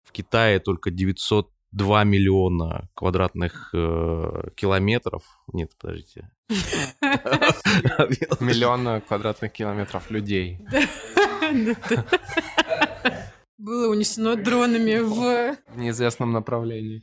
в Китае только 902 миллиона квадратных километров. Нет, подождите. Миллиона квадратных километров людей. Было унесено дронами в неизвестном направлении.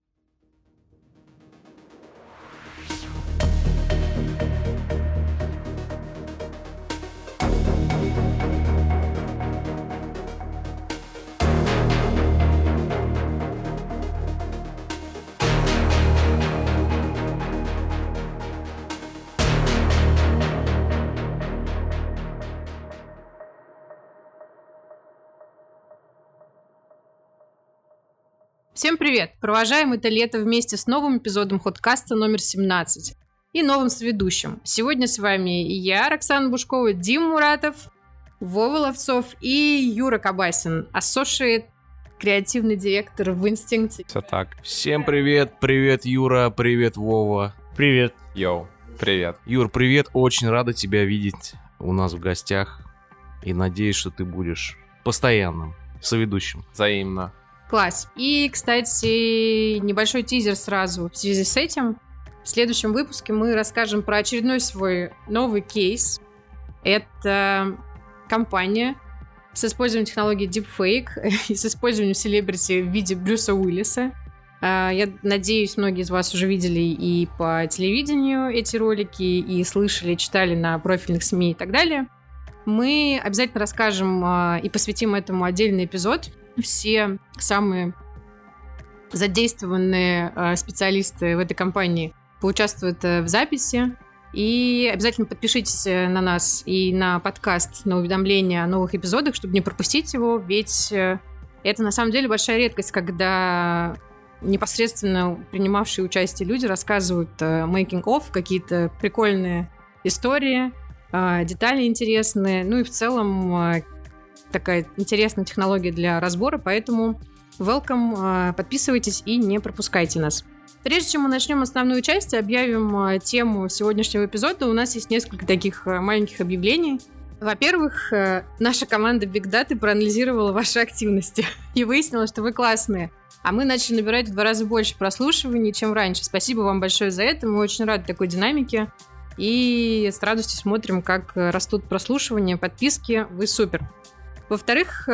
Всем привет! Провожаем это лето вместе с новым эпизодом Ходкаста номер 17 и новым соведущим. Сегодня с вами я, Роксана Бушкова, Дима Муратов, Вова Ловцов и Юра Кабасин, ассошиэйт, креативный директор в Инстинкте. Все так. Всем привет! Привет, Юра! Привет, Вова! Привет! Йоу, привет. Юр, привет! Очень рада тебя видеть у нас в гостях. И надеюсь, что ты будешь постоянным соведущим. Взаимно. Класс. И, кстати, небольшой тизер сразу в связи с этим. В следующем выпуске мы расскажем про очередной свой новый кейс. Это компания с использованием технологии Deepfake и с использованием селебрити в виде Брюса Уиллиса. Я надеюсь, многие из вас уже видели и по телевидению эти ролики, и слышали, читали на профильных СМИ и так далее. Мы обязательно расскажем и посвятим этому отдельный эпизод. Все самые задействованные специалисты в этой компании поучаствуют в записи. И обязательно подпишитесь на нас и на подкаст, на уведомления о новых эпизодах, чтобы не пропустить его. Ведь это на самом деле большая редкость, когда непосредственно принимавшие участие люди рассказывают making of, какие-то прикольные истории, детали интересные. Ну и в целом такая интересная технология для разбора, поэтому welcome, подписывайтесь и не пропускайте нас. Прежде чем мы начнем основную часть и объявим тему сегодняшнего эпизода, у нас есть несколько таких маленьких объявлений. Во-первых, наша команда Big Data проанализировала ваши активности и выяснила, что вы классные. А мы начали набирать в 2 раза больше прослушиваний, чем раньше. Спасибо вам большое за это, мы очень рады такой динамике. И с радостью смотрим, как растут прослушивания, подписки. Вы супер! Во-вторых,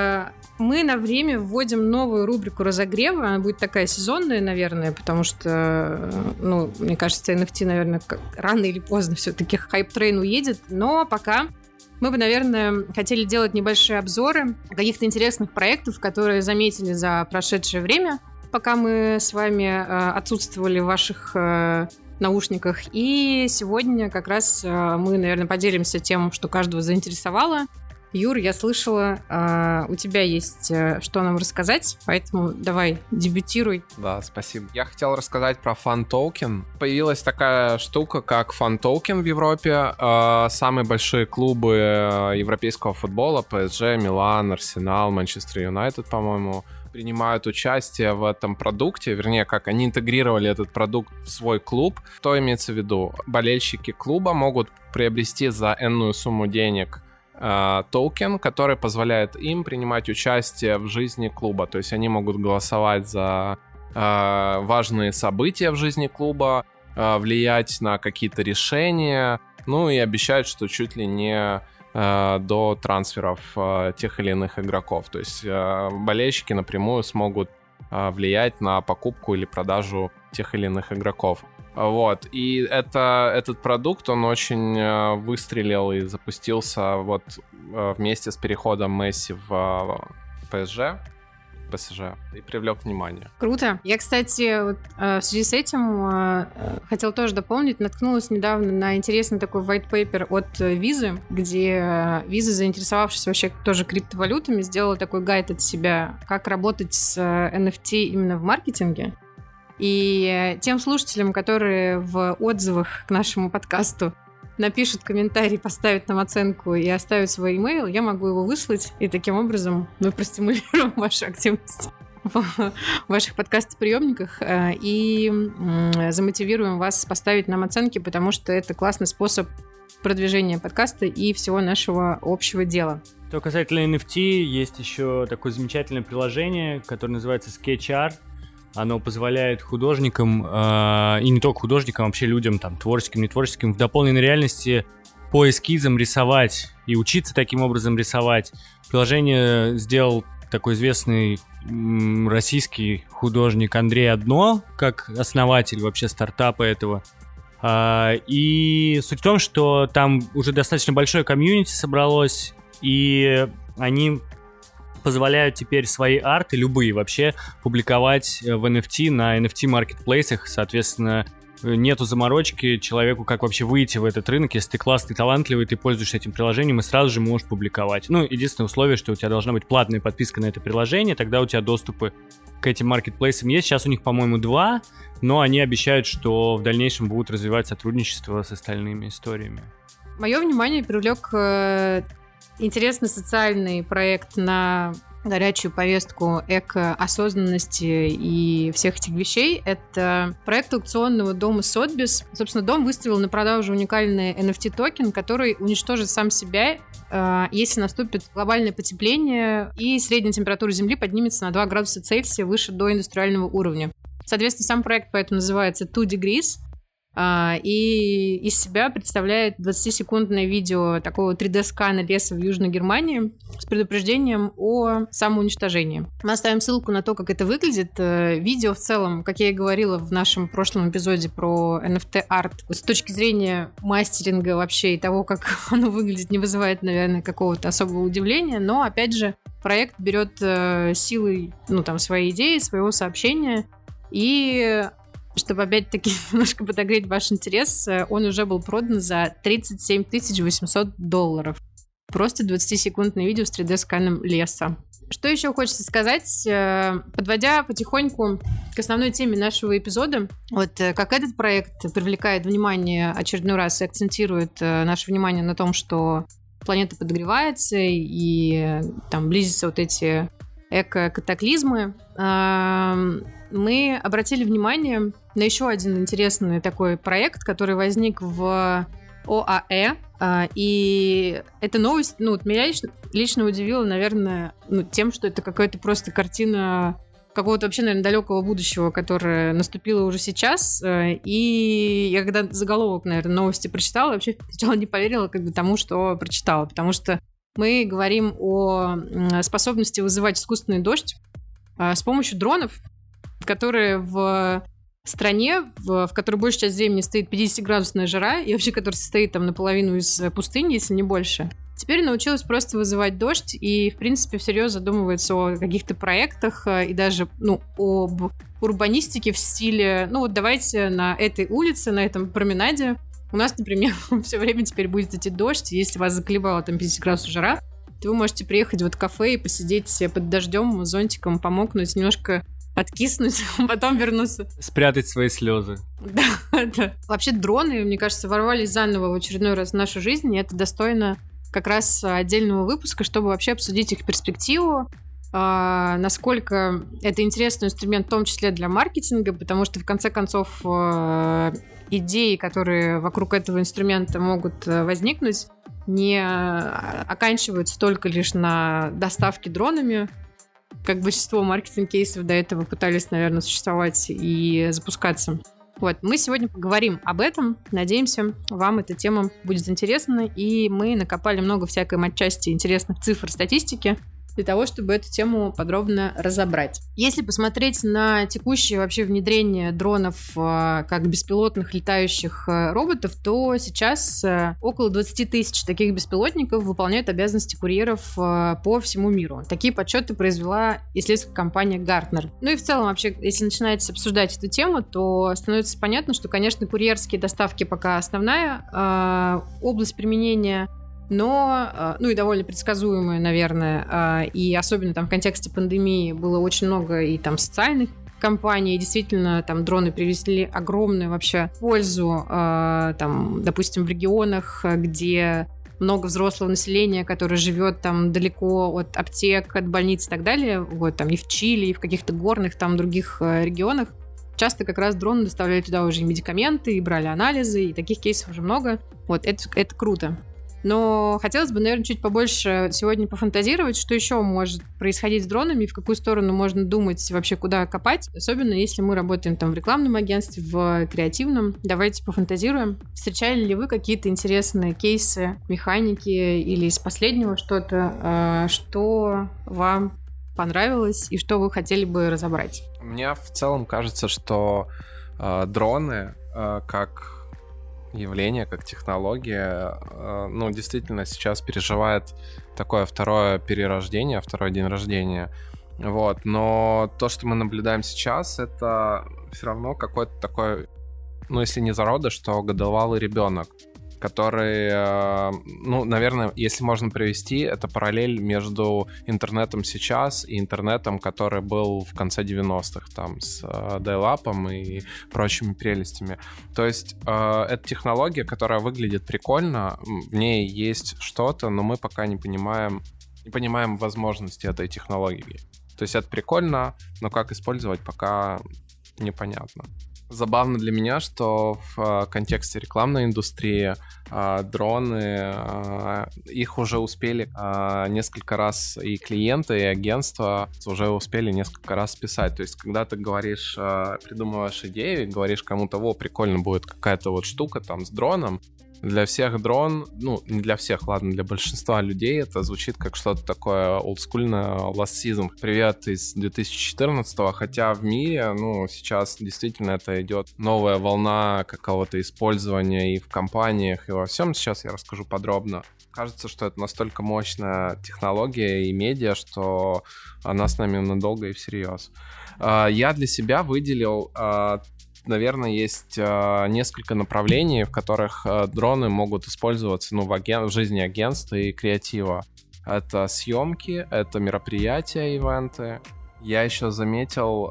мы на время вводим новую рубрику разогрева. Она будет такая сезонная, наверное, потому что, мне кажется, NFT, наверное, рано или поздно все-таки хайп-трейн уедет. Но пока мы бы, наверное, хотели делать небольшие обзоры каких-то интересных проектов, которые заметили за прошедшее время, пока мы с вами отсутствовали в ваших наушниках. И сегодня как раз мы, наверное, поделимся тем, что каждого заинтересовало. Юр, я слышала, у тебя есть что нам рассказать, поэтому давай, дебютируй. Да, спасибо. Я хотел рассказать про фан-токен. Появилась такая штука, как фан-токен в Европе. Самые большие клубы европейского футбола, PSG, Милан, Арсенал, Манчестер Юнайтед, по-моему, принимают участие в этом продукте, вернее, как они интегрировали этот продукт в свой клуб. Что имеется в виду? Болельщики клуба могут приобрести за энную сумму денег токен, который позволяет им принимать участие в жизни клуба. То есть они могут голосовать за важные события в жизни клуба, влиять на какие-то решения, ну и обещают, что чуть ли не до трансферов тех или иных игроков. То есть болельщики напрямую смогут влиять на покупку или продажу тех или иных игроков. Вот, и этот продукт, он очень выстрелил и запустился вот вместе с переходом Месси в ПСЖ, и привлек внимание. Круто. Я, кстати, вот, в связи с этим хотела тоже дополнить, наткнулась недавно на интересный такой white paper от Visa, где Visa, заинтересовавшись вообще тоже криптовалютами, сделала такой гайд от себя, как работать с NFT именно в маркетинге. И тем слушателям, которые в отзывах к нашему подкасту напишут комментарий, поставят нам оценку и оставят свой имейл, я могу его выслать, и таким образом мы простимулируем вашу активность в ваших подкастоприемниках и замотивируем вас поставить нам оценки, потому что это классный способ продвижения подкаста и всего нашего общего дела. Что касательно NFT, есть еще такое замечательное приложение, которое называется SketchArt. Оно позволяет художникам, и не только художникам, а вообще людям, там, творческим, нетворческим, в дополненной реальности по эскизам рисовать и учиться таким образом рисовать. Приложение сделал такой известный российский художник Андрей Одно, как основатель вообще стартапа этого. И суть в том, что там уже достаточно большое комьюнити собралось, и они позволяют теперь свои арты, любые вообще, публиковать в NFT на NFT-маркетплейсах. Соответственно, нету заморочки человеку, как вообще выйти в этот рынок. Если ты классный, талантливый, ты пользуешься этим приложением и сразу же можешь публиковать. Ну, единственное условие, что у тебя должна быть платная подписка на это приложение, тогда у тебя доступы к этим маркетплейсам есть. Сейчас у них, по-моему, 2, но они обещают, что в дальнейшем будут развивать сотрудничество с остальными историями. Мое внимание привлек интересный социальный проект на горячую повестку эко-осознанности и всех этих вещей. Это проект аукционного дома Sotheby's. Собственно, дом выставил на продажу уникальный NFT-токен, который уничтожит сам себя, если наступит глобальное потепление и средняя температура Земли поднимется на 2 градуса Цельсия выше доиндустриального уровня. Соответственно, сам проект поэтому называется 2 Degrees. И из себя представляет 20-секундное видео такого 3D-скана леса в Южной Германии с предупреждением о самоуничтожении. Мы оставим ссылку на то, как это выглядит. Видео в целом, как я и говорила в нашем прошлом эпизоде про NFT-арт, с точки зрения мастеринга вообще и того, как оно выглядит, не вызывает, наверное, какого-то особого удивления, но, опять же, проект берет силой, своей идеи, своего сообщения, и чтобы опять-таки немножко подогреть ваш интерес, он уже был продан за $37 800. Просто 20-секундное видео с 3D-сканом леса. Что еще хочется сказать? Подводя потихоньку к основной теме нашего эпизода, вот как этот проект привлекает внимание очередной раз и акцентирует наше внимание на том, что планета подогревается и там близятся вот эти эко-катаклизмы, мы обратили внимание на еще один интересный такой проект, который возник в ОАЭ. И эта новость, меня лично удивила, наверное, тем, что это какая-то просто картина какого-то вообще, наверное, далекого будущего, которое наступило уже сейчас. И я когда заголовок, наверное, новости прочитала, вообще сначала не поверила тому, что прочитала, потому что мы говорим о способности вызывать искусственный дождь с помощью дронов, которые в стране, в которой большая часть времени стоит 50-градусная жара, и вообще которая состоит там наполовину из пустыни, если не больше, теперь научилась просто вызывать дождь и, в принципе, всерьез задумывается о каких-то проектах и даже, об урбанистике в стиле, давайте на этой улице, на этом променаде у нас, например, все время теперь будет идти дождь, и если вас заколебала там 50 градусов жара, то вы можете приехать в это кафе и посидеть под дождем, зонтиком, помокнуть, немножко откиснуть, потом вернуться. Спрятать свои слезы. Да. Вообще дроны, мне кажется, ворвались заново в очередной раз в нашу жизнь, и это достойно как раз отдельного выпуска, чтобы вообще обсудить их перспективу, насколько это интересный инструмент, в том числе для маркетинга, потому что, в конце концов, идеи, которые вокруг этого инструмента могут возникнуть, не оканчиваются только лишь на доставке дронами, как большинство маркетинг-кейсов до этого пытались, наверное, существовать и запускаться. Вот, мы сегодня поговорим об этом. Надеемся, вам эта тема будет интересна, и мы накопали много всякой матчасти интересных цифр, статистики для того, чтобы эту тему подробно разобрать. Если посмотреть на текущее вообще внедрение дронов как беспилотных летающих роботов, то сейчас около 20 тысяч таких беспилотников выполняют обязанности курьеров по всему миру. Такие подсчеты произвела исследовательская компания Gartner. Ну и в целом вообще, если начинать обсуждать эту тему, то становится понятно, что, конечно, курьерские доставки пока основная область применения, но, и довольно предсказуемое, наверное, и особенно там в контексте пандемии было очень много и там социальных компаний, и действительно там дроны привезли огромную вообще пользу, там, допустим, в регионах, где много взрослого населения, которое живет там далеко от аптек, от больниц и так далее, вот там и в Чили, и в каких-то горных там других регионах. часто как раз дроны доставляли туда уже и медикаменты, и брали анализы, и таких кейсов уже много. Вот, это круто. Но хотелось бы, наверное, чуть побольше сегодня пофантазировать, что еще может происходить с дронами, в какую сторону можно думать, вообще куда копать. Особенно если мы работаем там в рекламном агентстве, в креативном. Давайте пофантазируем. Встречали ли вы какие-то интересные кейсы, механики или из последнего что-то, что вам понравилось и что вы хотели бы разобрать? Мне в целом кажется, что дроны как явление, как технология, действительно сейчас переживает такое второе перерождение, второй день рождения. Вот. Но то, что мы наблюдаем сейчас, это все равно какой-то такой, если не зародыш, то годовалый ребенок, который, наверное, если можно привести, это параллель между интернетом сейчас и интернетом, который был в конце 90-х, там, с dial-up'ом и прочими прелестями. То есть это технология, которая выглядит прикольно, в ней есть что-то, но мы пока не понимаем возможности этой технологии. То есть это прикольно, но как использовать, пока непонятно. Забавно для меня, что в контексте рекламной индустрии дроны, их уже успели несколько раз и клиенты, и агентства уже успели несколько раз писать. То есть, когда ты говоришь, придумываешь идею, говоришь кому-то, прикольно будет какая-то вот штука там с дроном, для всех дрон, не для всех, ладно, для большинства людей это звучит как что-то такое олдскульное, last season. Привет из 2014-го, хотя в мире, сейчас действительно это идет новая волна какого-то использования и в компаниях, и во всем. Сейчас я расскажу подробно. Кажется, что это настолько мощная технология и медиа, что она с нами надолго и всерьез. Я для себя выделил... Наверное, есть несколько направлений, в которых дроны могут использоваться в жизни агентства и креатива. Это съемки, это мероприятия, ивенты. Я еще заметил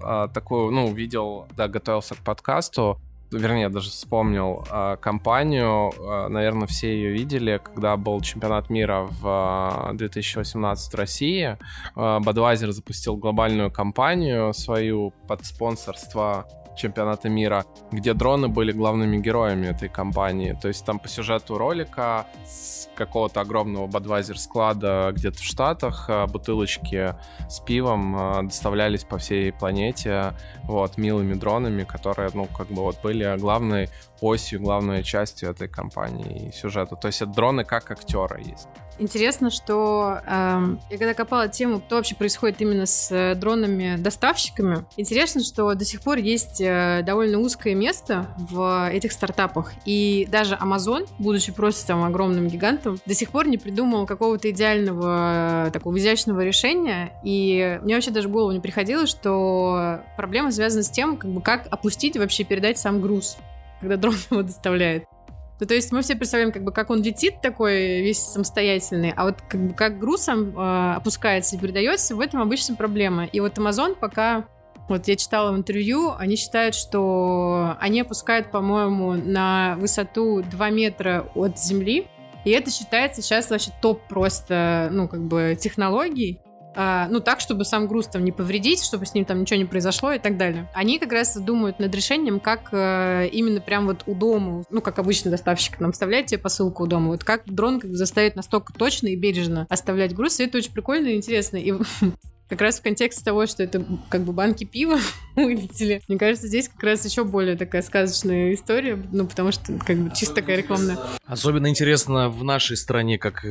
увидел, готовился к подкасту, вернее, даже вспомнил компанию, наверное, все ее видели, когда был чемпионат мира в 2018 в России. Budweiser запустил глобальную кампанию свою под спонсорство чемпионата мира, где дроны были главными героями этой кампании. То есть там по сюжету ролика с какого-то огромного Budweiser склада где-то в Штатах бутылочки с пивом доставлялись по всей планете милыми дронами, которые, были главной осью, главной частью этой кампании и сюжета. То есть это дроны как актеры есть. Интересно, что я когда копала тему, что вообще происходит именно с дронами-доставщиками, интересно, что до сих пор есть довольно узкое место в этих стартапах. И даже Amazon, будучи просто там огромным гигантом, до сих пор не придумал какого-то идеального, такого изящного решения. И мне вообще даже в голову не приходило, что проблема связана с тем, как опустить и вообще передать сам груз, когда дрон его доставляет. То есть мы все представляем, как он летит такой весь самостоятельный, а вот как грузом опускается и передается, в этом обычно проблема. И Amazon пока, я читала в интервью, они считают, что они опускают, по-моему, на высоту 2 метра от земли, и это считается сейчас вообще топ просто, технологий. Так, чтобы сам груз там не повредить, чтобы с ним там ничего не произошло и так далее. Они как раз думают над решением, как именно прям у дома, как обычно доставщик нам вставляет тебе посылку у дома, как дрон заставить настолько точно и бережно оставлять груз, и это очень прикольно и интересно. И как раз в контексте того, что это банки пива вылетели, мне кажется, здесь как раз еще более такая сказочная история, потому что чисто такая рекламная. Особенно интересно в нашей стране, как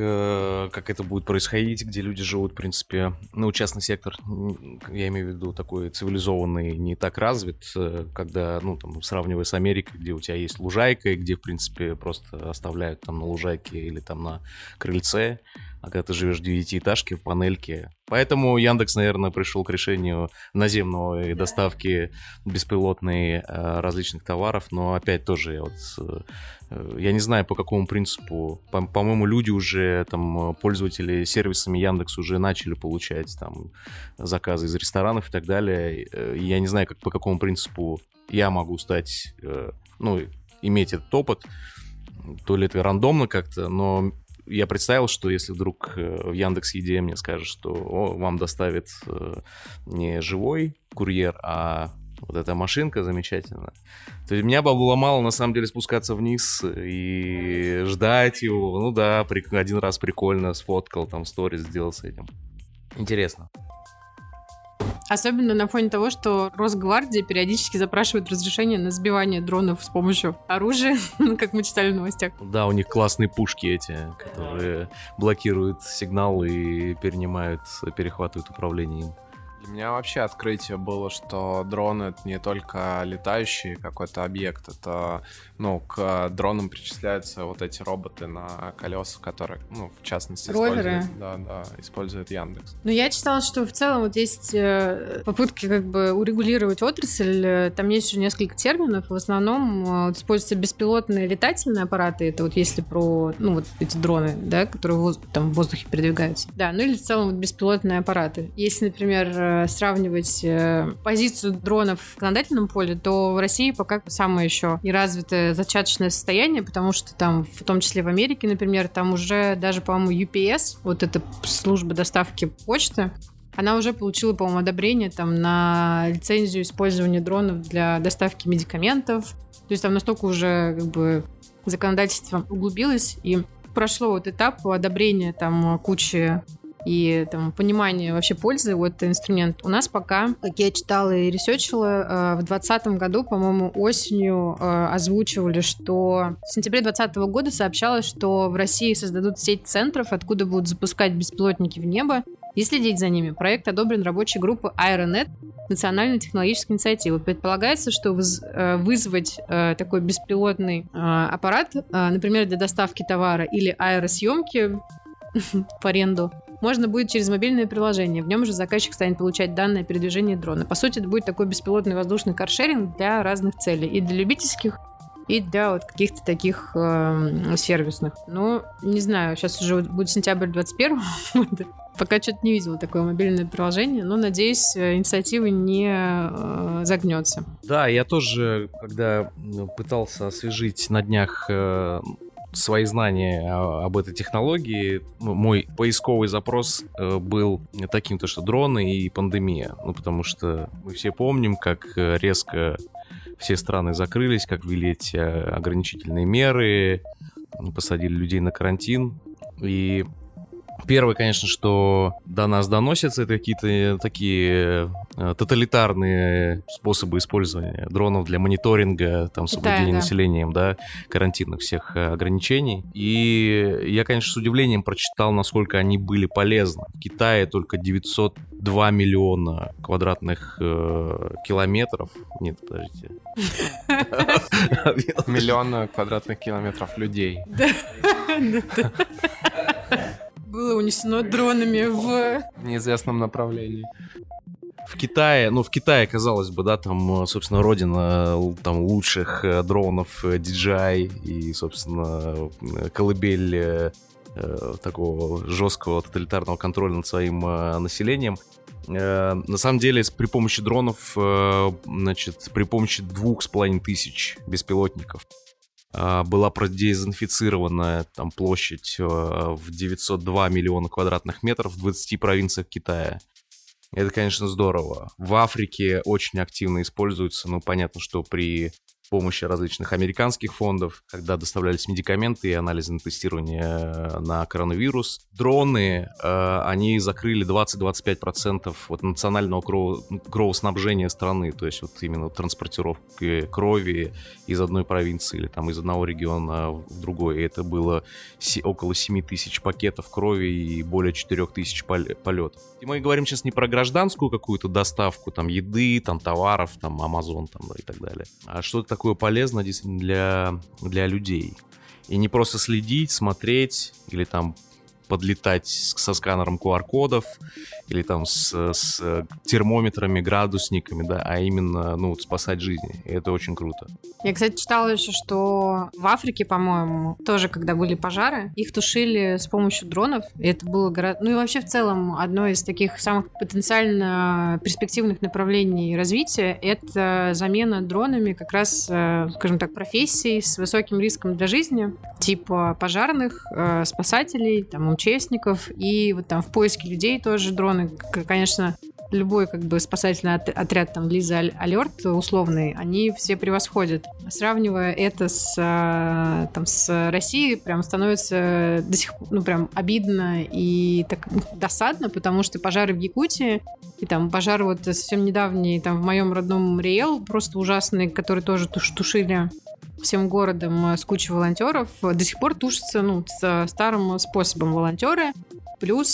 это будет происходить, где люди живут, в принципе, частный сектор, я имею в виду такой цивилизованный, не так развит, когда, сравнивая с Америкой, где у тебя есть лужайка, и где, в принципе, просто оставляют там на лужайке или там на крыльце, а когда ты живешь в 9-этажке, в панельке. Поэтому Яндекс, наверное, пришел к решению наземной доставки беспилотной различных товаров, но опять тоже я не знаю, по какому принципу. По-моему, люди уже, пользователи сервисами Яндекс уже начали получать заказы из ресторанов и так далее. Я не знаю, по какому принципу я могу стать, иметь этот опыт. То ли это рандомно как-то, но я представил, что если вдруг в Яндекс.Еде мне скажут, что вам доставит не живой курьер, а Вот эта машинка замечательная. То есть меня было мало, на самом деле, спускаться вниз и ждать его. Ну да, один раз прикольно сфоткал, там сторис сделал с этим. Интересно. Особенно на фоне того, что Росгвардия периодически запрашивает разрешение на сбивание дронов с помощью оружия, как мы читали в новостях. Да, у них классные пушки эти, которые блокируют сигнал и перехватывают управление им. Для меня вообще открытие было, что дроны — это не только летающий какой-то объект, это, к дронам причисляются вот эти роботы на колесах, которые, в частности, роверы. Использует Яндекс. Но я читала, что в целом вот есть попытки как бы урегулировать отрасль, там есть уже несколько терминов, в основном используются беспилотные летательные аппараты, это вот если про, вот эти дроны, да, которые там в воздухе передвигаются. Да, или в целом вот беспилотные аппараты. Если, например, сравнивать позицию дронов в законодательном поле, то в России пока самое еще неразвитое зачаточное состояние, потому что там, в том числе в Америке, например, там уже даже, по-моему, UPS, вот эта служба доставки почты, она уже получила, по-моему, одобрение там на лицензию использования дронов для доставки медикаментов. То есть там настолько уже как бы законодательство углубилось, и прошло вот этап одобрения там кучи и там понимание вообще пользы вот этот инструмент. У нас пока, как я читала и ресерчила, в 2020 году, по-моему, осенью озвучивали, что в сентябре 2020 года сообщалось, что в России создадут сеть центров, откуда будут запускать беспилотники в небо и следить за ними. Проект одобрен рабочей группой Аэронет, национальной технологической инициативы. Предполагается, что вызвать такой беспилотный аппарат, например, для доставки товара или аэросъемки в аренду, можно будет через мобильное приложение. В нем же заказчик станет получать данные о передвижении дрона. По сути, это будет такой беспилотный воздушный каршеринг для разных целей. И для любительских, и для вот каких-то таких сервисных. Ну, не знаю, сейчас уже будет сентябрь 2021 года. Пока что-то не видела такое мобильное приложение, но, надеюсь, инициатива не загнется. Да, я тоже, когда пытался освежить на днях свои знания об этой технологии, мой поисковый запрос был таким, то что дроны и пандемия. Потому что мы все помним, как резко все страны закрылись, как ввели эти ограничительные меры, посадили людей на карантин. И первое, конечно, что до нас доносятся, это какие-то такие тоталитарные способы использования дронов для мониторинга, там, соблюдения населением, да, карантинных всех ограничений. И я, конечно, с удивлением прочитал, насколько они были полезны. В Китае только 902 миллиона квадратных километров. Нет, подождите. Миллиона квадратных километров людей. Было унесено дронами в неизвестном направлении. В Китае, казалось бы, да, там, собственно, родина там лучших дронов DJI и, собственно, колыбель такого жесткого тоталитарного контроля над своим населением. На самом деле, при помощи дронов, при помощи 2500 беспилотников была продезинфицирована там площадь в 902 миллиона квадратных метров в 20 провинциях Китая. Это, конечно, здорово. В Африке очень активно используется, понятно, что при помощи различных американских фондов, когда доставлялись медикаменты и анализы на тестирование на коронавирус. Дроны, они закрыли 20-25% вот национального кровоснабжения страны, то есть вот именно транспортировки крови из одной провинции или там из одного региона в другой. И это было около 7 тысяч пакетов крови и более 4 тысяч полетов. И мы говорим сейчас не про гражданскую какую-то доставку там еды, там товаров, там Amazon там, и так далее, а что-то такое полезное действительно для людей. И не просто следить, смотреть или там подлетать со сканером QR-кодов или там с термометрами, градусниками, да, а именно, спасать жизни. И это очень круто. Я, кстати, читала еще, что в Африке, по-моему, тоже, когда были пожары, их тушили с помощью дронов. И это было гораздо... и вообще, в целом, одно из таких самых потенциально перспективных направлений развития — это замена дронами как раз, скажем так, профессий с высоким риском для жизни, типа пожарных, спасателей, там, МЧСников. И вот там в поиске людей тоже дроны, конечно, любой как бы спасательный отряд, там, Лиза Алерт условный, они все превосходят. Сравнивая это с Россией, прям становится до сих пор, прям обидно и так досадно, потому что пожары в Якутии и там пожар вот совсем недавний там в моем родном Риэл, просто ужасный, который тоже тушили всем городом с кучей волонтеров, до сих пор тушатся, с старым способом волонтеры, плюс,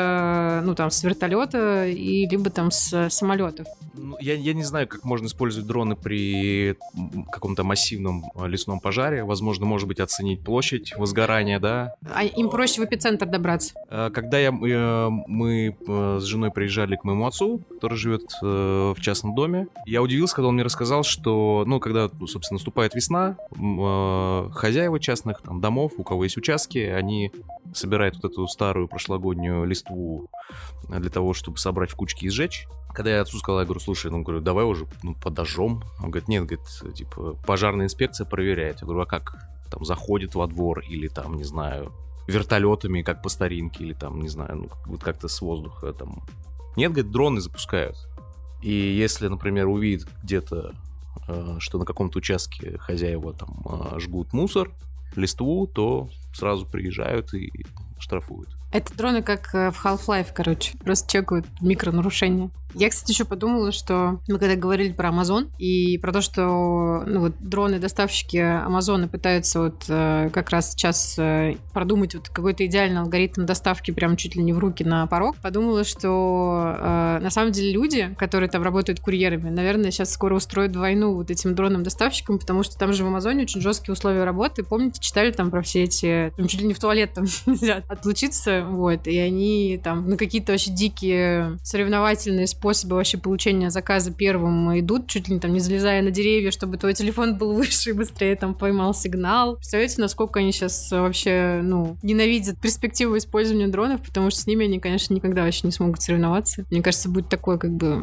с вертолета и либо там с самолетов. Я не знаю, как можно использовать дроны при каком-то массивном лесном пожаре. Возможно, может быть, оценить площадь возгорания, да? А им проще в эпицентр добраться. Когда мы с женой приезжали к моему отцу, который живет в частном доме, я удивился, когда он мне рассказал, что, когда, собственно, наступает весна, хозяева частных там домов, у кого есть участки, они собирают вот эту старую прошлогоднюю листву для того, чтобы собрать в кучки и сжечь. Когда я отцу сказал, я говорю, слушай, давай уже подожжем. Он говорит, нет, пожарная инспекция проверяет. Я говорю, а как? Там заходит во двор или там, не знаю, вертолетами, как по старинке, или там, не знаю, как-то с воздуха там. Нет, говорит, дроны запускают. И если, например, увидит где-то, что на каком-то участке хозяева там жгут мусор, листву, то сразу приезжают и штрафуют. Это дроны как в Half-Life, короче. Просто чекают микронарушения. Я, кстати, еще подумала, что мы когда говорили про Amazon и про то, что дроны-доставщики Амазона пытаются как раз сейчас продумать какой-то идеальный алгоритм доставки прям чуть ли не в руки на порог, подумала, что на самом деле люди, которые там работают курьерами, наверное, сейчас скоро устроят войну этим дронам-доставщикам, потому что там же в Амазоне очень жесткие условия работы. Помните, читали там про все эти... Там чуть ли не в туалет там нельзя отлучиться, и они там на какие-то очень дикие соревновательные способы вообще получения заказа первым идут, чуть ли не залезая на деревья, чтобы твой телефон был выше и быстрее там поймал сигнал. Представляете, насколько они сейчас вообще, ненавидят перспективу использования дронов, потому что с ними они, конечно, никогда вообще не смогут соревноваться. Мне кажется, будет такое,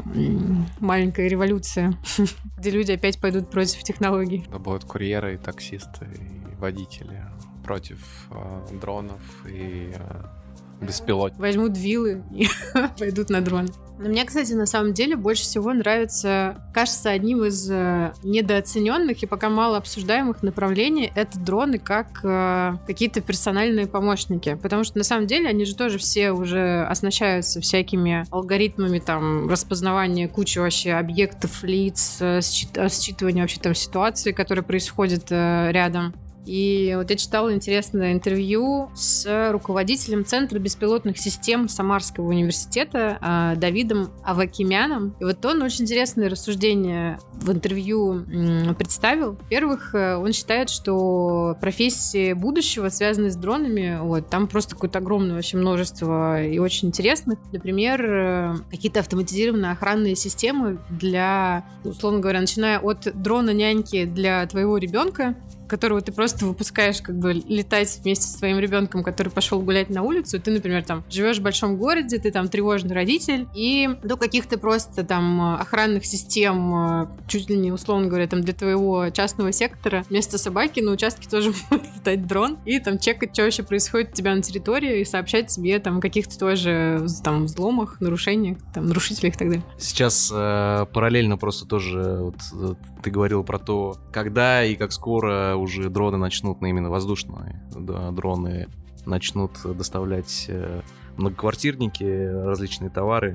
маленькая революция, где люди опять пойдут против технологий. Это будут курьеры и таксисты, и водители против дронов и беспилотников. Возьмут вилы и пойдут на дрон. Но мне, кстати, на самом деле больше всего кажется, одним из недооцененных и пока мало обсуждаемых направлений это дроны как какие-то персональные помощники. Потому что на самом деле они же тоже все уже оснащаются всякими алгоритмами там распознавания кучи вообще объектов, лиц, считывания вообще там ситуации, которые происходят рядом. И я читала интересное интервью с руководителем Центра беспилотных систем Самарского университета Давидом Авакимяном. И он очень интересные рассуждения в интервью представил. Во-первых, он считает, что профессии будущего, связанные с дронами, там просто какое-то огромное вообще множество и очень интересных. Например, какие-то автоматизированные охранные системы для, условно говоря, начиная от дрона-няньки для твоего ребенка, которого ты просто выпускаешь летать вместе с твоим ребенком, который пошел гулять на улицу, и ты, например, там живешь в большом городе, ты там тревожный родитель, и до каких-то просто там охранных систем, чуть ли не, условно говоря, там для твоего частного сектора, вместо собаки на участке тоже будет летать дрон, и там чекать, что вообще происходит у тебя на территории, и сообщать тебе там о каких-то тоже там взломах, нарушениях, там нарушителях и так далее. Сейчас параллельно просто тоже ты говорил про то, когда и как скоро уже дроны начнут, именно воздушные дроны начнут доставлять многоквартирники, различные товары.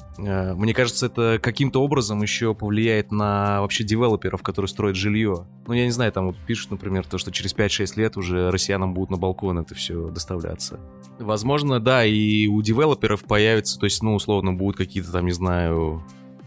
Мне кажется, это каким-то образом еще повлияет на вообще девелоперов, которые строят жилье. Я не знаю, там пишут, например, то, что через 5-6 лет уже россиянам будут на балкон это все доставляться. Возможно, да, и у девелоперов появится, то есть, условно, будут какие-то там, не знаю,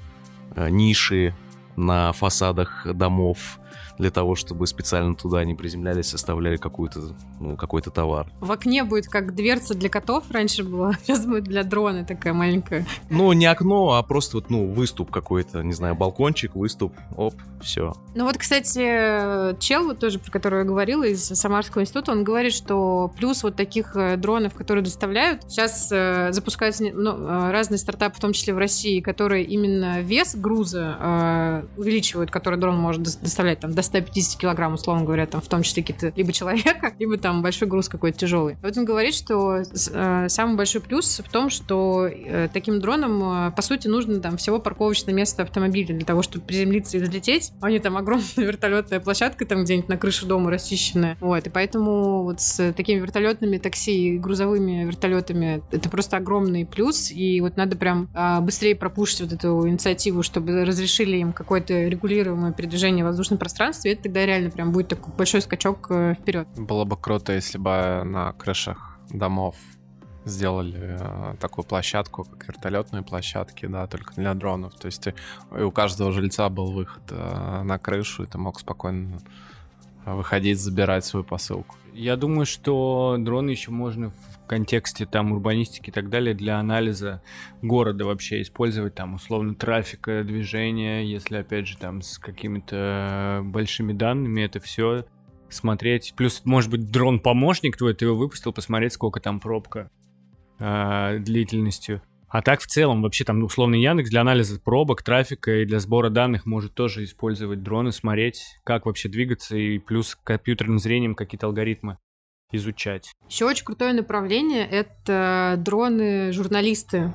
ниши на фасадах домов, для того, чтобы специально туда они приземлялись, оставляли какой-то товар. В окне будет как дверца для котов раньше была, сейчас будет для дрона такая маленькая. Не окно, а просто выступ какой-то, не знаю, балкончик, выступ, оп, все. Кстати, чел, тоже про которого я говорила, из Самарского института, он говорит, что плюс таких дронов, которые доставляют, сейчас запускаются разные стартапы, в том числе в России, которые именно вес груза увеличивают, который дрон может доставлять, там, до 150 килограмм, условно говоря, там, в том числе какие-то либо человека, либо там большой груз какой-то тяжелый. Вот он говорит, что самый большой плюс в том, что таким дроном, по сути, нужно там всего парковочное место автомобиля для того, чтобы приземлиться и взлететь. А не там огромная вертолетная площадка там где-нибудь на крыше дома расчищенная. Вот, и поэтому вот с такими вертолетными такси и грузовыми вертолетами это просто огромный плюс, и вот надо прям быстрее пропушить вот эту инициативу, чтобы разрешили им какое-то регулируемое передвижение в воздушном пространстве, и это тогда реально прям будет такой большой скачок вперед. Было бы круто, если бы на крышах домов сделали такую площадку, как вертолетные площадки, да, только для дронов. То есть и у каждого жильца был выход на крышу, и ты мог спокойно выходить, забирать свою посылку. Я думаю, что дроны еще можно в контексте там урбанистики и так далее для анализа города вообще использовать, там условно трафика, движения, если опять же там с какими-то большими данными это все смотреть. Плюс, может быть, дрон-помощник твой, ты его выпустил, посмотреть, сколько там пробка длительностью. А так в целом, вообще там условный Яндекс для анализа пробок, трафика и для сбора данных может тоже использовать дроны, смотреть, как вообще двигаться, и плюс компьютерным зрением какие-то алгоритмы изучать. Еще очень крутое направление — это дроны-журналисты.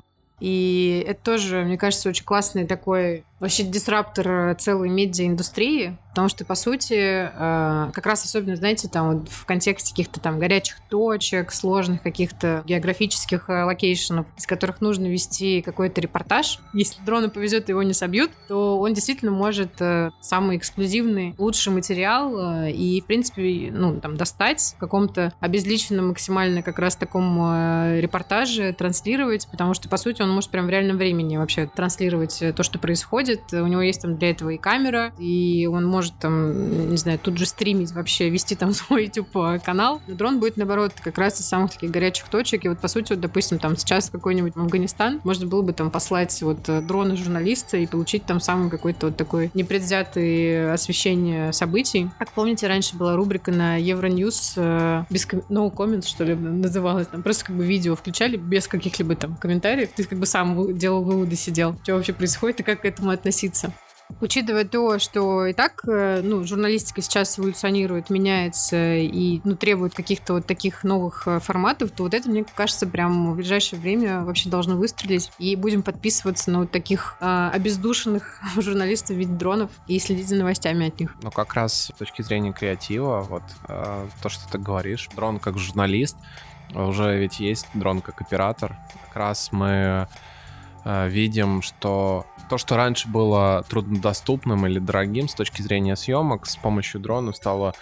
И это тоже, мне кажется, очень классный такой вообще дисраптор целой медиаиндустрии, потому что, по сути, как раз особенно, знаете, там вот в контексте каких-то там горячих точек, сложных каких-то географических локейшенов, из которых нужно вести какой-то репортаж. Если дрону повезет, его не собьют, то он действительно может самый эксклюзивный, лучший материал и, в принципе, ну, там, достать в каком-то обезличенном максимально как раз таком репортаже, транслировать, потому что, по сути, он может прям в реальном времени вообще транслировать то, что происходит. У него есть там для этого и камера, и он может там, не знаю, тут же стримить вообще, вести там свой YouTube-канал. Но дрон будет, наоборот, как раз из самых таких горячих точек. И вот, по сути, вот, допустим, там сейчас какой-нибудь Афганистан, можно было бы там послать вот дрона журналиста и получить там самый какой-то вот такой непредвзятый освещение событий. Как помните, раньше была рубрика на Евроньюз без no comment, что ли, называлась. Там просто как бы видео включали без каких-либо там комментариев. Ты как бы сам делал выводы, сидел, что вообще происходит и как к этому относиться. Учитывая то, что и так журналистика сейчас эволюционирует, меняется и требует каких-то вот таких новых форматов, то вот это, мне кажется, прям в ближайшее время вообще должно выстрелить. И будем подписываться на вот таких обездушенных журналистов в виде дронов и следить за новостями от них. Ну, как раз с точки зрения креатива, вот то, что ты говоришь, дрон как журналист, уже ведь есть дрон как оператор. Как раз мы видим, что то, что раньше было труднодоступным или дорогим с точки зрения съемок, с помощью дронов стало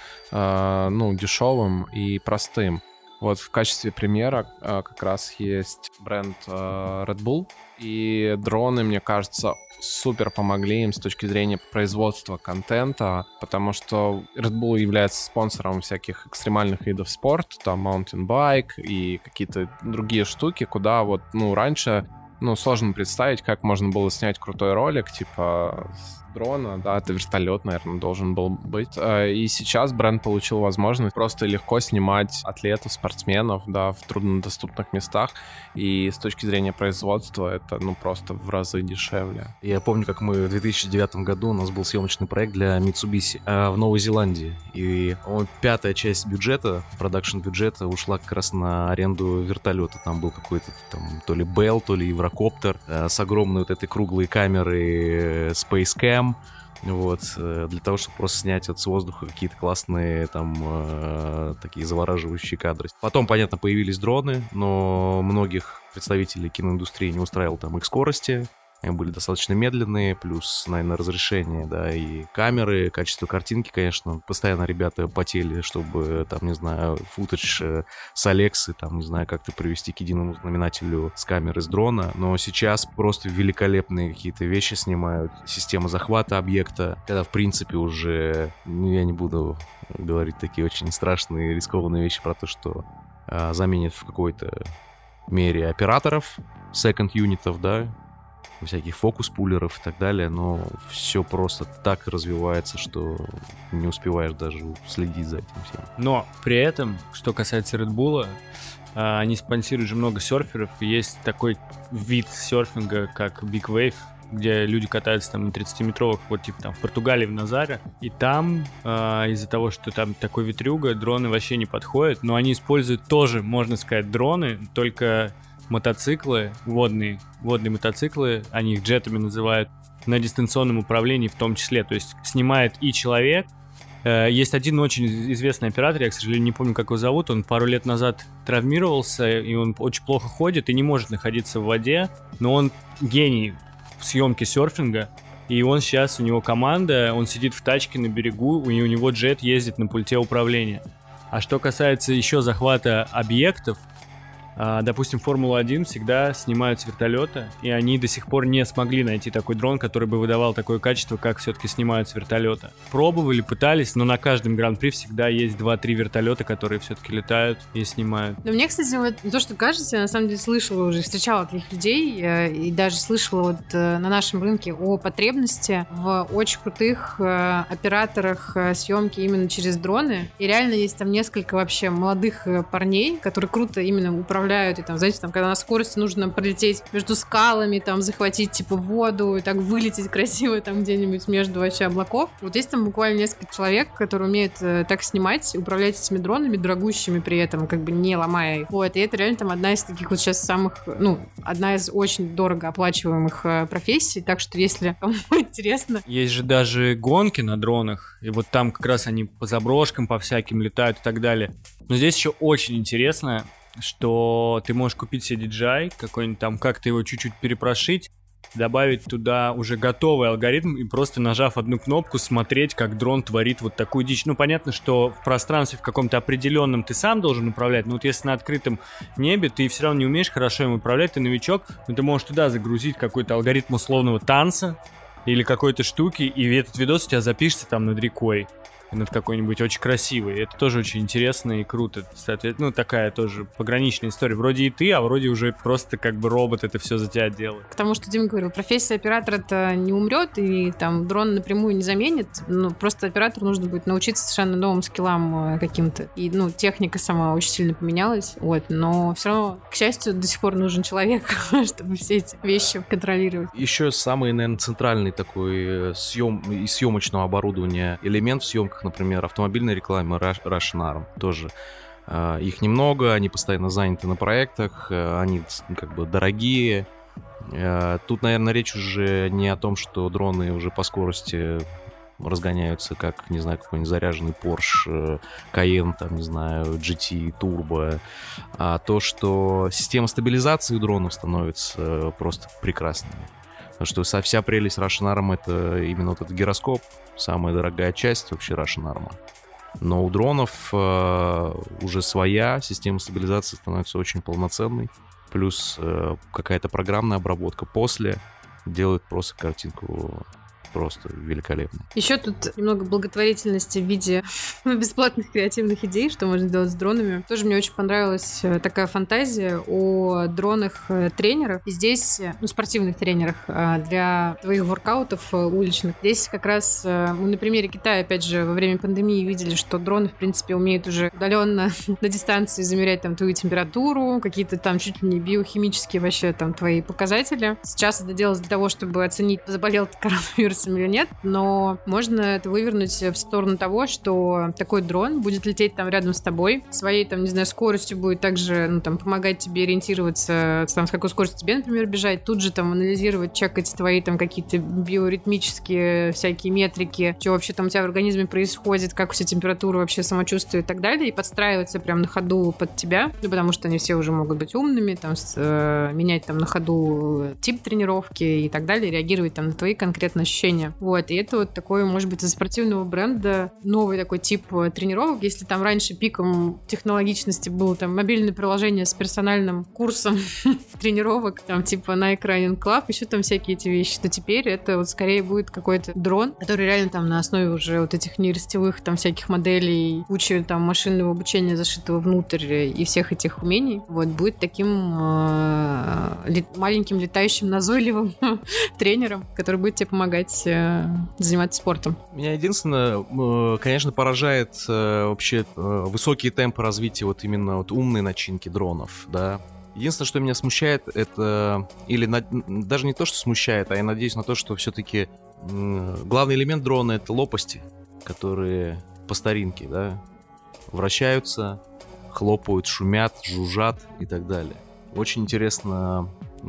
дешевым и простым. Вот в качестве примера как раз есть бренд Red Bull, и дроны, мне кажется, супер помогли им с точки зрения производства контента, потому что Red Bull является спонсором всяких экстремальных видов спорта, там mountain bike и какие-то другие штуки, куда вот, раньше сложно представить, как можно было снять крутой ролик, типа с дрона, да, это вертолет, наверное, должен был быть. И сейчас бренд получил возможность просто легко снимать атлетов, спортсменов, да, в труднодоступных местах. И с точки зрения производства это, просто в разы дешевле. Я помню, как мы в 2009 году, у нас был съемочный проект для Mitsubishi в Новой Зеландии. И 5-я часть бюджета, продакшн-бюджета, ушла как раз на аренду вертолета. Там был какой-то там то ли Bell, то ли Еврокоптер с огромной вот этой круглой камерой Space Cam. Вот, для того, чтобы просто снять с воздуха какие-то классные там такие завораживающие кадры. Потом, понятно, появились дроны, но многих представителей киноиндустрии не устраивал там их скорости. Они были достаточно медленные, плюс, наверное, разрешение, да, и камеры, качество картинки, конечно. Постоянно ребята потели, чтобы, там, не знаю, футаж с Алексы, там, не знаю, как-то привести к единому знаменателю с камеры с дрона. Но сейчас просто великолепные какие-то вещи снимают. Система захвата объекта, когда, в принципе, уже, я не буду говорить такие очень страшные, рискованные вещи про то, что заменят в какой-то мере операторов, second-юнитов, да, всяких фокус-пулеров и так далее, но все просто так развивается, что не успеваешь даже следить за этим всем. Но при этом, что касается Red Bull, они спонсируют же много серферов, и есть такой вид серфинга, как Big Wave, где люди катаются там на 30-метровых, вот типа там в Португалии, в Назаре. И там из-за того, что там такой ветрюга, дроны вообще не подходят, но они используют тоже, можно сказать, дроны, только мотоциклы, водные мотоциклы, они их джетами называют, на дистанционном управлении в том числе. То есть снимает и человек. Есть один очень известный оператор, я, к сожалению, не помню, как его зовут, он пару лет назад травмировался, и он очень плохо ходит и не может находиться в воде, но он гений в съемке серфинга, и он сейчас, у него команда, он сидит в тачке на берегу, и у него джет ездит на пульте управления. А что касается еще захвата объектов, допустим, Формула-1 всегда снимают с вертолета, и они до сих пор не смогли найти такой дрон, который бы выдавал такое качество, как все-таки снимают с вертолета. Пробовали, пытались, но на каждом гран-при всегда есть 2-3 вертолета, которые все-таки летают и снимают. Но мне, кстати, вот то, что кажется, я на самом деле слышала уже, встречала таких людей, и даже слышала вот на нашем рынке о потребности в очень крутых операторах съемки именно через дроны. И реально есть там несколько вообще молодых парней, которые круто именно управляют, и там, знаете, там, когда на скорости нужно пролететь между скалами, там, захватить, типа, воду, и так вылететь красиво там где-нибудь между вообще облаков. Вот есть там буквально несколько человек, которые умеют так снимать, управлять этими дронами, дорогущими при этом, как бы не ломая их. Вот, и это реально там одна из таких вот сейчас самых, одна из очень дорого оплачиваемых профессий, так что если кому интересно... Есть же даже гонки на дронах, и вот там как раз они по заброшкам, по всяким летают и так далее. Но здесь еще очень интересно, что ты можешь купить себе DJI какой-нибудь там, как-то его чуть-чуть перепрошить, добавить туда уже готовый алгоритм и просто нажав одну кнопку смотреть, как дрон творит вот такую дичь. Ну, понятно, что в пространстве в каком-то определенном ты сам должен управлять, но вот если на открытом небе ты все равно не умеешь хорошо им управлять, ты новичок, но ты можешь туда загрузить какой-то алгоритм условного танца или какой-то штуки, и этот видос у тебя запишется там над рекой, над какой-нибудь очень красивой. Это тоже очень интересно и круто. Соответственно, такая тоже пограничная история. Вроде и ты, а вроде уже просто как бы робот это все за тебя делает. Потому что Дима говорил, профессия оператора-то не умрет, и там дрон напрямую не заменит. Просто оператору нужно будет научиться совершенно новым скиллам каким-то. И, техника сама очень сильно поменялась. Вот. Но все равно, к счастью, до сих пор нужен человек, чтобы все эти вещи контролировать. Еще самый, наверное, центральный такой из съемочного оборудования элемент в съемках, например, автомобильной рекламы Russian Arm тоже. Их немного, они постоянно заняты на проектах, они как бы дорогие. Тут, наверное, речь уже не о том, что дроны уже по скорости разгоняются, как, не знаю, какой-нибудь заряженный Porsche Cayenne, там, не знаю, GT, Turbo, а то, что система стабилизации дронов становится просто прекрасной. Потому что вся прелесть Russian Arm — это именно вот этот гироскоп, самая дорогая часть вообще Russian Arm. Но у дронов уже своя система стабилизации становится очень полноценной. Плюс какая-то программная обработка после делает просто картинку просто великолепно. Еще тут немного благотворительности в виде бесплатных креативных идей, что можно делать с дронами. Тоже мне очень понравилась такая фантазия о дронах-тренерах. И здесь, спортивных тренерах для твоих воркаутов уличных. Здесь как раз мы на примере Китая, опять же, во время пандемии видели, что дроны, в принципе, умеют уже удаленно на дистанции замерять там твою температуру, какие-то там чуть ли не биохимические вообще там твои показатели. Сейчас это делалось для того, чтобы оценить, заболел ты коронавирусом или нет, но можно это вывернуть в сторону того, что такой дрон будет лететь там рядом с тобой, своей там, не знаю, скоростью будет также, помогать тебе ориентироваться, там, с какой скоростью тебе, например, бежать, тут же там анализировать, чекать твои там какие-то биоритмические всякие метрики, что вообще там у тебя в организме происходит, как у тебя температура, вообще самочувствие и так далее, и подстраиваться прям на ходу под тебя, потому что они все уже могут быть умными, там, менять там на ходу тип тренировки и так далее, реагировать там на твои конкретные ощущения. Вот, и это вот такой, может быть, из спортивного бренда новый такой тип тренировок. Если там раньше пиком технологичности было там мобильное приложение с персональным курсом тренировок, там типа Nike Running Club, еще там всякие эти вещи, то теперь это вот скорее будет какой-то дрон, который реально там на основе уже вот этих нейросетевых там всяких моделей, кучи там машинного обучения зашитого внутрь и всех этих умений, вот, будет таким маленьким летающим назойливым тренером, который будет тебе помогать заниматься спортом. Меня единственное, конечно, поражает вообще высокие темпы развития вот именно вот умной начинки дронов, да. Единственное, что меня смущает, это... Даже не то, что смущает, а я надеюсь на то, что все-таки главный элемент дрона — это лопасти, которые по старинке, да, вращаются, хлопают, шумят, жужжат и так далее. Очень интересно,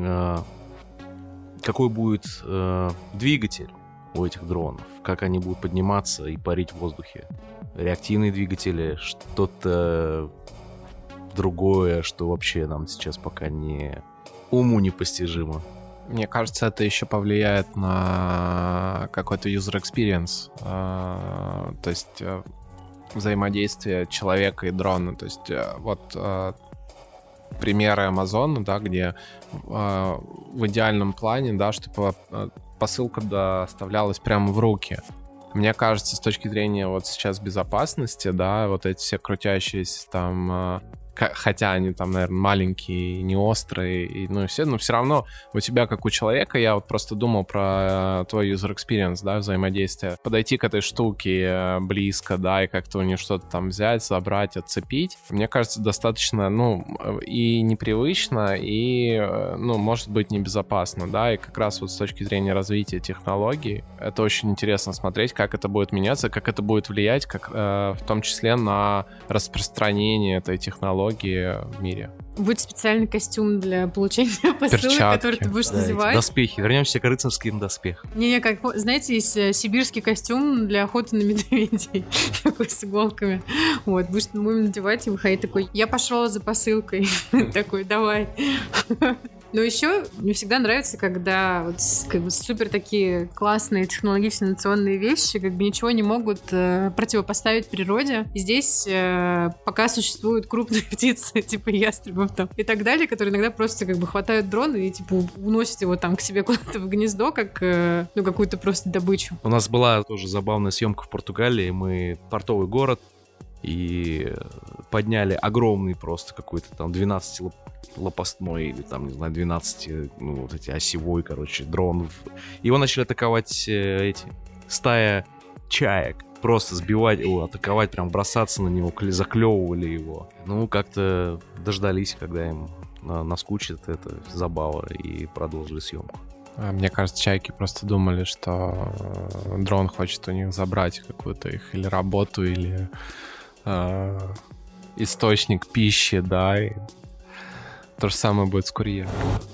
какой будет двигатель у этих дронов, как они будут подниматься и парить в воздухе. Реактивные двигатели, что-то другое, что вообще нам сейчас пока уму непостижимо. Мне кажется, это еще повлияет на какой-то user experience, то есть взаимодействие человека и дрона. То есть вот примеры Амазона, да, где в идеальном плане, да, чтобы посылка доставлялась прямо в руки. Мне кажется, с точки зрения вот сейчас безопасности, да, вот эти все крутящиеся там, хотя они там, наверное, маленькие, не острые, но все равно у тебя, как у человека, я вот просто думал про твой user experience, да, взаимодействие. Подойти к этой штуке близко, да, и как-то у нее что-то там взять, забрать, отцепить. Мне кажется, достаточно, и непривычно, и, может быть, небезопасно, да, и как раз вот с точки зрения развития технологий, это очень интересно смотреть, как это будет меняться, как это будет влиять, в том числе на распространение этой технологии в мире. Будет специальный костюм для получения посылок, который ты будешь надевать. Доспехи. Вернемся к рыцарским доспехам. Как, знаете, есть сибирский костюм для охоты на медведей. Такой с иголками. Вот, будем надевать и выходить такой: я пошел за посылкой. Такой: давай. Но еще мне всегда нравится, когда вот как бы супер такие классные технологичные инновационные вещи как бы ничего не могут противопоставить природе. И здесь пока существуют крупные птицы, типа ястребов там и так далее, которые иногда просто как бы хватают дрон и типа уносят его там к себе куда-то в гнездо, как какую-то просто добычу. У нас была тоже забавная съемка в Португалии. Мы портовый город, и подняли огромный просто какой-то там 12-лопастной или там, не знаю, 12, вот эти осевой, дрон. Его начали атаковать стая чаек. Просто сбивать его, атаковать, прям бросаться на него, заклевывали его. Как-то дождались, когда им наскучит эта забава, и продолжили съемку. Мне кажется, чайки просто думали, что дрон хочет у них забрать какую-то их или работу, или источник пищи, да, и то же самое будет с курьером.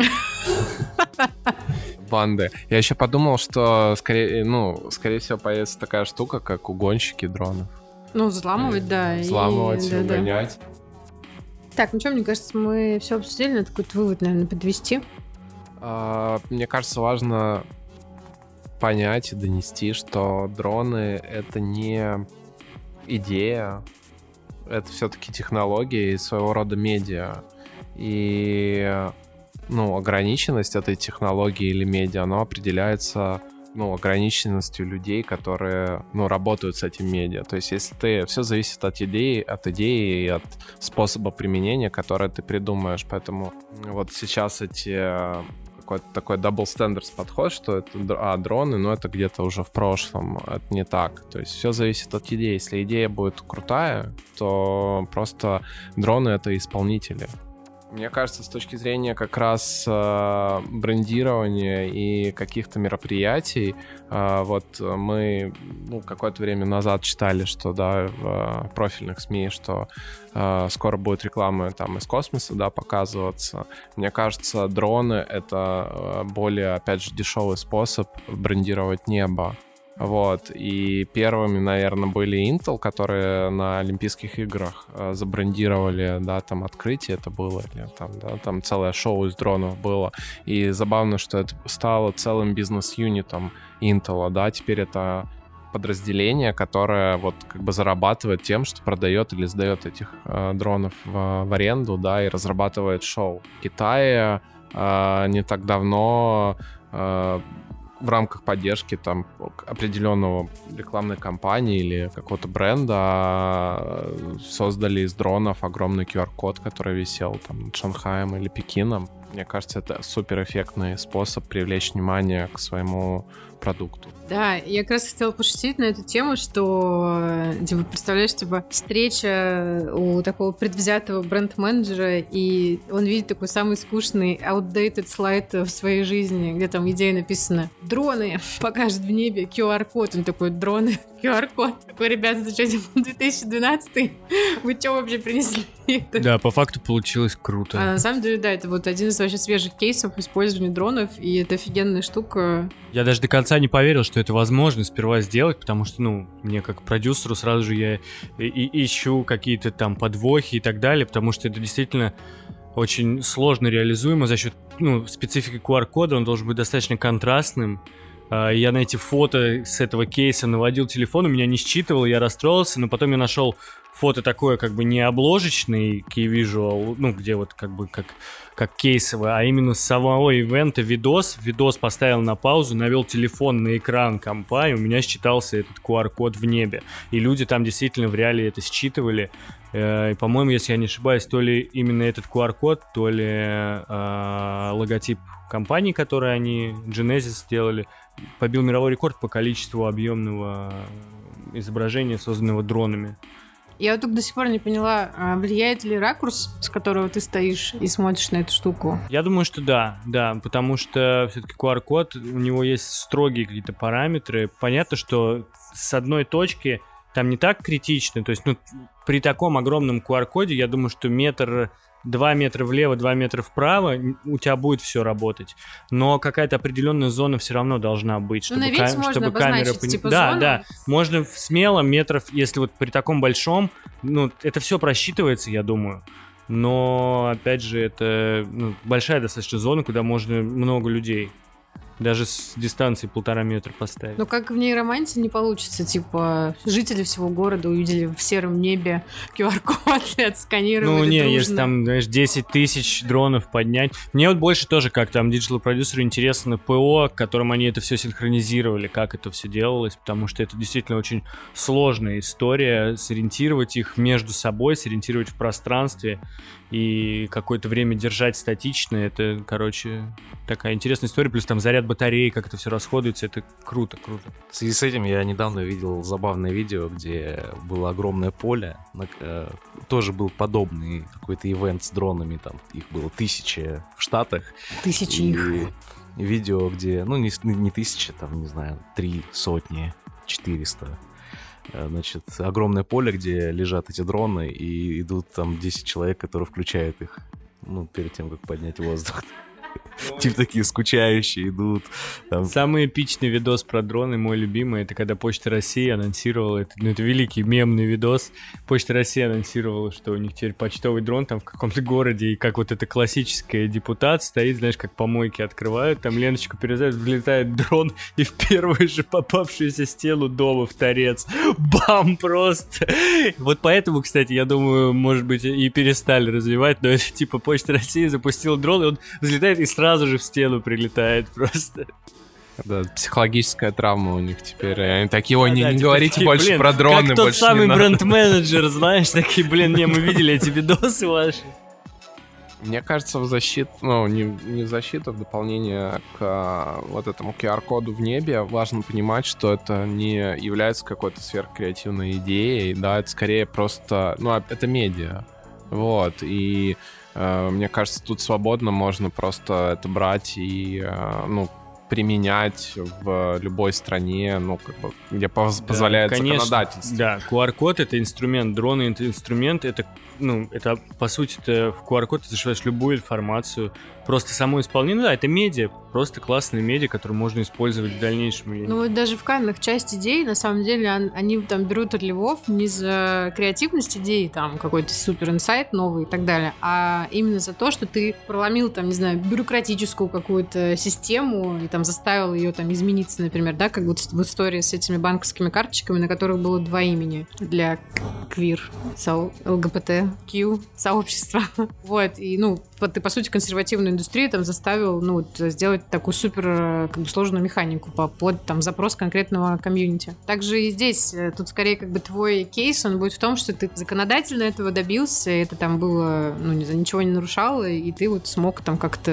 Банды. Я еще подумал, что скорее всего появится такая штука, как угонщики дронов. Взламывать, да. Взламывать и угонять. Так, мне кажется, мы все обсудили, надо какой-то вывод, наверное, подвести. Мне кажется, важно понять и донести, что дроны — это не идея, это все-таки технология и своего рода медиа. И ограниченность этой технологии или медиа, она определяется ограниченностью людей, которые работают с этим медиа. То есть если все зависит от идеи и от способа применения, который ты придумаешь. Поэтому вот сейчас какой-то такой double standards подход, что это дроны, это где-то уже в прошлом. Это не так. То есть все зависит от идеи. Если идея будет крутая, то просто дроны — это исполнители. Мне кажется, с точки зрения как раз брендирования и каких-то мероприятий, вот мы какое-то время назад читали, что в профильных СМИ, что скоро будет реклама там из космоса, показываться. Мне кажется, дроны — это более, опять же, дешевый способ брендировать небо. Вот, и первыми, наверное, были Intel, которые на Олимпийских играх забрендировали, там открытие это было, или там целое шоу из дронов было. И забавно, что это стало целым бизнес-юнитом Intel, теперь это подразделение, которое вот как бы зарабатывает тем, что продает или сдает этих дронов в аренду, и разрабатывает шоу. В Китае не так давно в рамках поддержки там определенного рекламной кампании или какого-то бренда создали из дронов огромный QR-код, который висел там над Шанхаем или Пекином. Мне кажется, это суперэффектный способ привлечь внимание к своему продукту. Да, я как раз хотела пошутить на эту тему, что, типа, представляешь, типа, встреча у такого предвзятого бренд-менеджера, и он видит такой самый скучный outdated слайд в своей жизни, где там идея написана: дроны покажут в небе QR-код. Он такой: дроны, QR-код. Такой: ребята, это что, 2012? Вы что вообще принесли? Да, по факту получилось круто. А на самом деле, да, это вот один из вообще свежих кейсов использования дронов, и это офигенная штука. Я даже до конца не поверил, что это возможно сперва сделать, потому что, мне как продюсеру сразу же я ищу какие-то там подвохи и так далее, потому что это действительно очень сложно реализуемо за счет, специфики QR-кода, он должен быть достаточно контрастным. Я на эти фото с этого кейса наводил телефон, у меня не считывал, я расстроился, но потом я нашел фото такое, как бы не обложечный key visual, где вот как бы как кейсовое, а именно с самого ивента видос поставил на паузу, навел телефон на экран компа, и у меня считался этот QR-код в небе. И люди там действительно в реале это считывали. И, по-моему, если я не ошибаюсь, то ли именно этот QR-код, то ли логотип компании, который они, Genesis, сделали, побил мировой рекорд по количеству объемного изображения, созданного дронами. Я вот только до сих пор не поняла, влияет ли ракурс, с которого ты стоишь и смотришь на эту штуку? Я думаю, что да, потому что все-таки QR-код, у него есть строгие какие-то параметры. Понятно, что с одной точки там не так критично, то есть, при таком огромном QR-коде, я думаю, что 2 метра влево, 2 метра вправо, у тебя будет все работать. Но какая-то определенная зона все равно должна быть, чтобы, чтобы камера... Типа да, зону? Да, можно смело метров, если вот при таком большом, это все просчитывается, я думаю. Но, опять же, это большая достаточно зона, куда можно много людей. Даже с дистанции 1,5 метра поставить. Но как в нейроманте не получится, типа, жители всего города увидели в сером небе QR-код и отсканировали дружно. Если там, 10 тысяч дронов поднять. Мне вот больше тоже, как там диджитал-продюсеру, интересно ПО, которым они это все синхронизировали, как это все делалось, потому что это действительно очень сложная история, сориентировать их между собой, сориентировать в пространстве и какое-то время держать статично. Это, такая интересная история, плюс там заряд батареи, как это все расходуется, это круто. В связи с этим я недавно видел забавное видео, где было огромное поле, тоже был подобный какой-то ивент с дронами, там их было 1000 в Штатах. 1000 их. И видео, где, не 1000, там, не знаю, 300, 400. Значит, огромное поле, где лежат эти дроны, и идут там 10 человек, которые включают их, перед тем, как поднять воздух. Типа такие скучающие идут. Самый эпичный видос про дроны, мой любимый, это когда Почта России анонсировала, это великий мемный видос. Почта России анонсировала, что у них теперь почтовый дрон там в каком-то городе, и как вот эта классическая депутат стоит, знаешь, как помойки открывают, там ленточку перерезают, влетает дрон, и в первую же попавшуюся стену дома в торец. Бам! Просто! Вот поэтому, кстати, я думаю, может быть, и перестали развивать, но это типа Почта России запустила дрон, и он взлетает и сразу же в стену прилетает просто. Да, психологическая травма у них теперь. Они такие: ой, не говорите больше про дроны. Как тот самый бренд-менеджер, знаешь, такие, мы видели эти видосы ваши. Мне кажется, в защиту, не в защиту, в дополнение к вот этому QR-коду в небе важно понимать, что это не является какой-то сверхкреативной идеей, да, это скорее просто, это медиа. Вот, и мне кажется, тут свободно можно просто это брать и, применять в любой стране, где позволяет законодательство. Да, QR-код — это инструмент, дроны — это инструмент, это, по сути, в QR-код ты зашиваешь любую информацию. Просто само исполнение, это медиа, просто классные медиа, которые можно использовать в дальнейшем. Даже в Каннах часть идей, на самом деле, они там берут от львов не за креативность идей, там, какой-то супер инсайт новый и так далее, а именно за то, что ты проломил, там, не знаю, бюрократическую какую-то систему и там заставил ее там измениться, например, да, как вот в истории с этими банковскими карточками, на которых было 2 имени для квир, ЛГБТQ сообщества. Вот, и, ты, по сути, консервативную индустрию там заставил, сделать такую супер сложную механику под запрос конкретного комьюнити. Также и здесь, тут скорее твой кейс, он будет в том, что ты законодательно этого добился, это там было, ничего не нарушало, и ты смог там как-то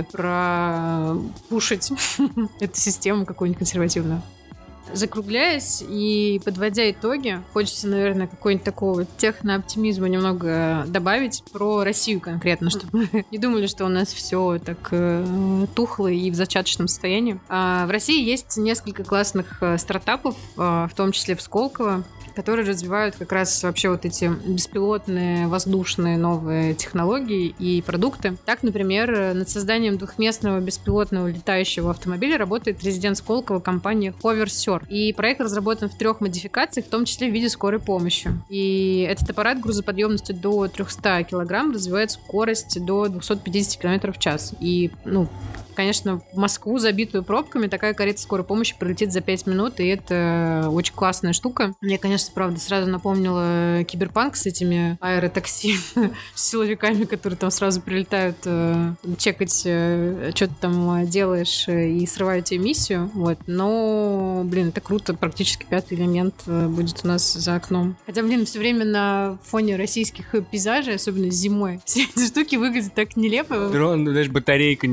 пропушить эту систему какую-нибудь консервативную. Закругляясь и подводя итоги, хочется, наверное, какой-нибудь такого техно-оптимизма немного добавить про Россию конкретно, чтобы мы не думали, что у нас все так тухло и в зачаточном состоянии. В России есть несколько классных стартапов, в том числе в Сколково, которые развивают как раз вообще эти беспилотные воздушные новые технологии и продукты. Так, например, над созданием двухместного беспилотного летающего автомобиля работает резидент Сколково компания HoverSur. И проект разработан в 3 модификациях, в том числе в виде скорой помощи. И этот аппарат грузоподъемностью до 300 килограмм развивает скорость до 250 км в час. И, конечно, в Москву, забитую пробками, такая карета скорой помощи пролетит за 5 минут, и это очень классная штука. Мне, конечно, правда, сразу напомнила Киберпанк с этими аэротакси, с силовиками, которые там сразу прилетают чекать, что ты там делаешь, и срывают тебе миссию. Вот. Но, это круто, практически 5-й элемент будет у нас за окном. Хотя, все время на фоне российских пейзажей, особенно зимой, все эти штуки выглядят так нелепо. Дрон, даже батарейка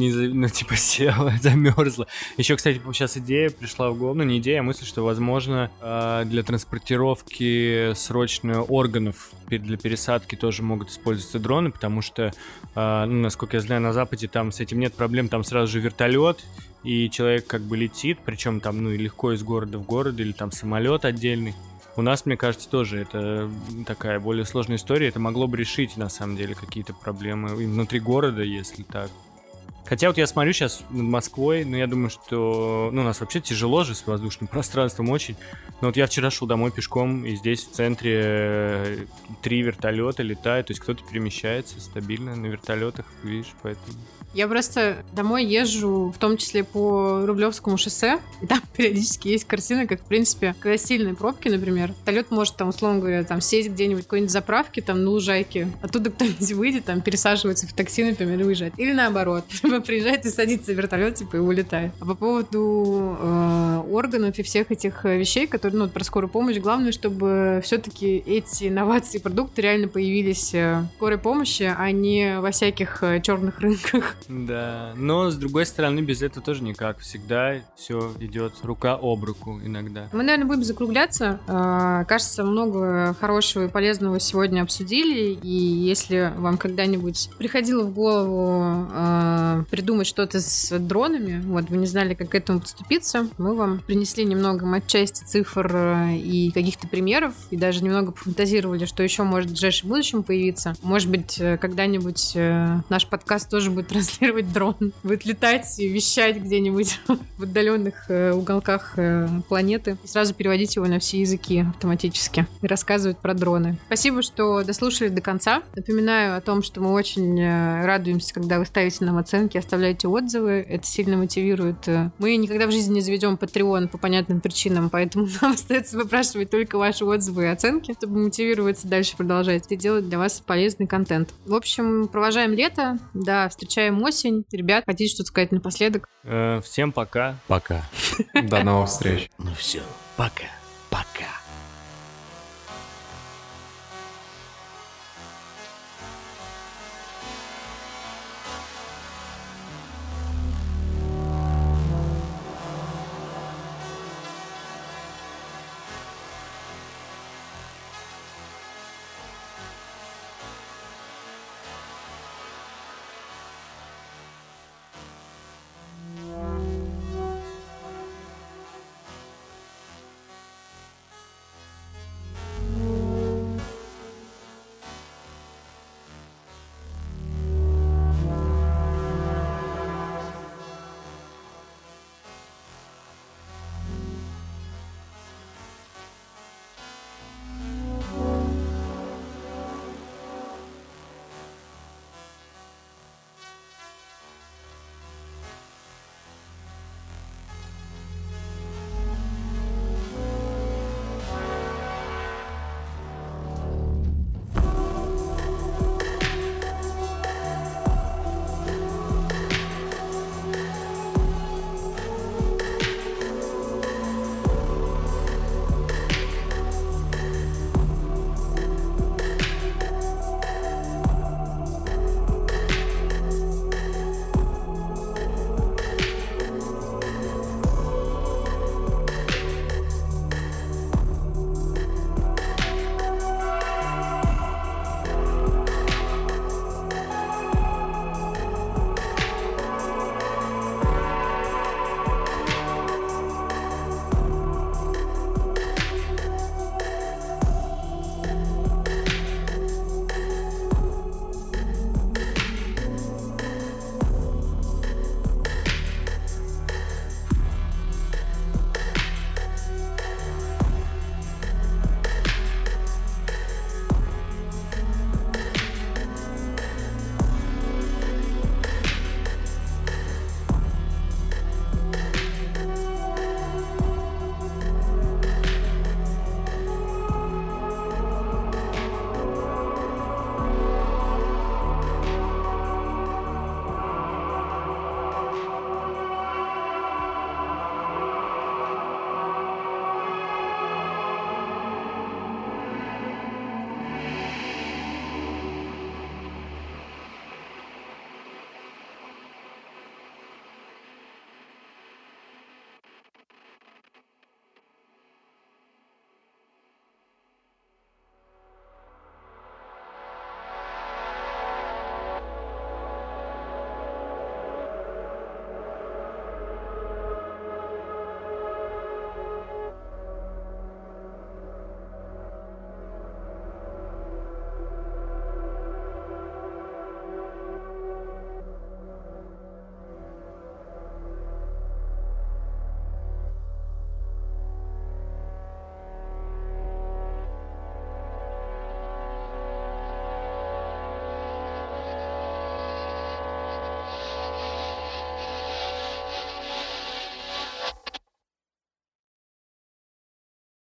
села, замерзла. Еще, кстати, сейчас идея пришла в голову, не идея, а мысль, что, возможно, для транспортировки срочно органов для пересадки тоже могут использоваться дроны, потому что, насколько я знаю, на Западе там с этим нет проблем, там сразу же вертолет, и человек летит, причем там, легко из города в город, или там самолет отдельный. У нас, мне кажется, тоже это такая более сложная история, это могло бы решить, на самом деле, какие-то проблемы и внутри города, если так. Хотя я смотрю сейчас над Москвой, я думаю, что у нас вообще тяжело же с воздушным пространством очень. Но я вчера шел домой пешком, и здесь в центре 3 вертолета летают, то есть кто-то перемещается стабильно на вертолетах, видишь, поэтому... Я просто домой езжу, в том числе по Рублевскому шоссе, и там периодически есть картина, как, в принципе, когда сильные пробки, например, вертолет может, условно говоря, сесть где-нибудь в какой-нибудь заправке, на лужайке, оттуда кто-нибудь выйдет, пересаживается в такси, например, и уезжает. Или наоборот, приезжает и садится в вертолет, и улетает. А по поводу органов и всех этих вещей, которые, про скорую помощь, главное, чтобы все-таки эти инновации и продукты реально появились в скорой помощи, а не во всяких черных рынках. Да, но с другой стороны, без этого тоже никак. Всегда все идет рука об руку иногда. Мы, наверное, будем закругляться. Кажется, много хорошего и полезного сегодня обсудили. И если вам когда-нибудь приходило в голову придумать что-то с дронами, вы не знали, как к этому подступиться, мы вам принесли немного матчасти цифр и каких-то примеров, и даже немного пофантазировали, что еще может в ближайшем будущем появиться. Может быть, когда-нибудь наш подкаст тоже будет транслировать дрон, будет летать и вещать где-нибудь в отдаленных уголках планеты, и сразу переводить его на все языки автоматически и рассказывать про дроны. Спасибо, что дослушали до конца. Напоминаю о том, что мы очень радуемся, когда вы ставите нам оценки, оставляете отзывы. Это сильно мотивирует. Мы никогда в жизни не заведем Patreon по понятным причинам, поэтому нам остается выпрашивать только ваши отзывы и оценки, чтобы мотивироваться дальше продолжать и делать для вас полезный контент. В общем, провожаем лето, встречаем осень. Ребят, хотите что-то сказать напоследок? Всем пока. Пока. До новых встреч. Все, пока.